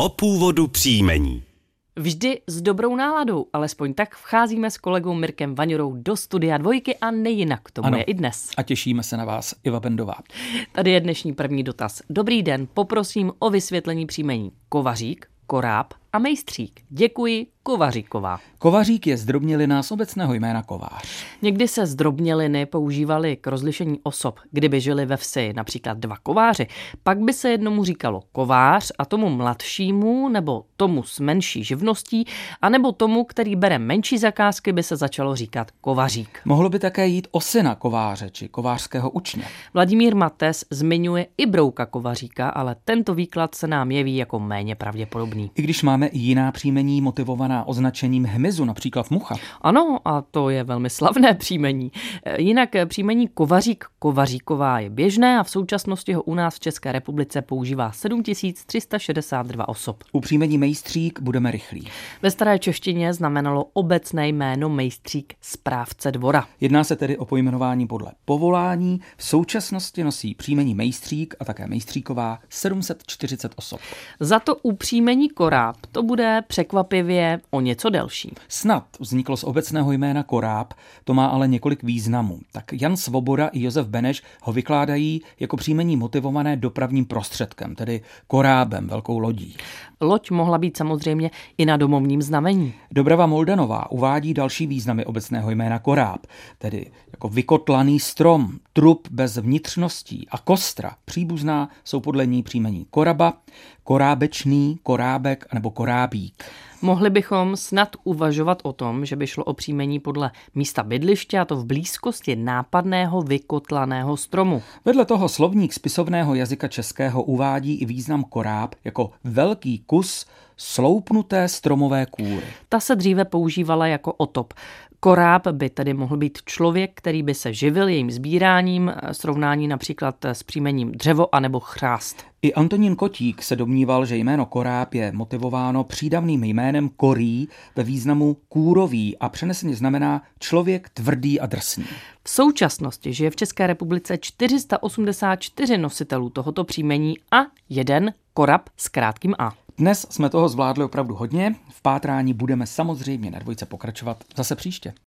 O původu příjmení. Vždy s dobrou náladou, alespoň tak vcházíme s kolegou Mirkem Vaňurou do Studia Dvojky a nejinak tomu je i dnes. A těšíme se na vás, Iva Bendová. Tady je dnešní první dotaz. Dobrý den, poprosím o vysvětlení příjmení Kovařík, Koráb a Mejstřík. Děkuji, Kovaříková. Kovařík je zdrobnělina z obecného jména kovář. Někdy se zdrobněliny používaly k rozlišení osob. Kdyby žili ve vsi například dva kováři, pak by se jednomu říkalo kovář a tomu mladšímu nebo tomu s menší živností a nebo tomu, který bere menší zakázky, by se začalo říkat kovařík. Mohlo by také jít o syna kováře či kovářského učně. Vladimír Mates zmiňuje i brouka Kovaříka, ale tento výklad se nám jeví jako méně pravděpodobný. I když máme i jiná příjmení motivovaná označením hmyzu, například mucha. Ano, a to je velmi slavné příjmení. Jinak příjmení Kovařík, Kovaříková je běžné a v současnosti ho u nás v České republice používá 7362 osob. U příjmení Mejstřík budeme rychlí. Ve staré češtině znamenalo obecné jméno Mejstřík správce dvora. Jedná se tedy o pojmenování podle povolání. V současnosti nosí příjmení Mejstřík a také Mejstříková 740 osob. Za to u příjmení Koráb to bude překvapivě o něco delší. Snad vzniklo z obecného jména Koráb, to má ale několik významů. Tak Jan Svoboda i Josef Beneš ho vykládají jako příjmení motivované dopravním prostředkem, tedy korábem, velkou lodí. Loď mohla být samozřejmě i na domovním znamení. Dobrava Moldanová uvádí další významy obecného jména Koráb, tedy jako vykotlaný strom, trup bez vnitřností a kostra. Příbuzná jsou podle ní příjmení Koraba, Korábečný, Korábek nebo Korábík. Mohli bychom snad uvažovat o tom, že by šlo o příjmení podle místa bydliště, a to v blízkosti nápadného vykotlaného stromu. Vedle toho slovník spisovného jazyka českého uvádí i význam koráb jako velký kus sloupnuté stromové kůry. Ta se dříve používala jako otop. Koráb by tedy mohl být člověk, který by se živil jejím sbíráním, srovnání například s příjmením dřevo anebo chrást. I Antonín Kotík se domníval, že jméno Koráb je motivováno přídavným jménem korý ve významu kůrový a přeneseně znamená člověk tvrdý a drsný. V současnosti žije v České republice 484 nositelů tohoto příjmení a jeden Korab s krátkým A. Dnes jsme toho zvládli opravdu hodně. V pátrání budeme samozřejmě na Dvojce pokračovat zase příště.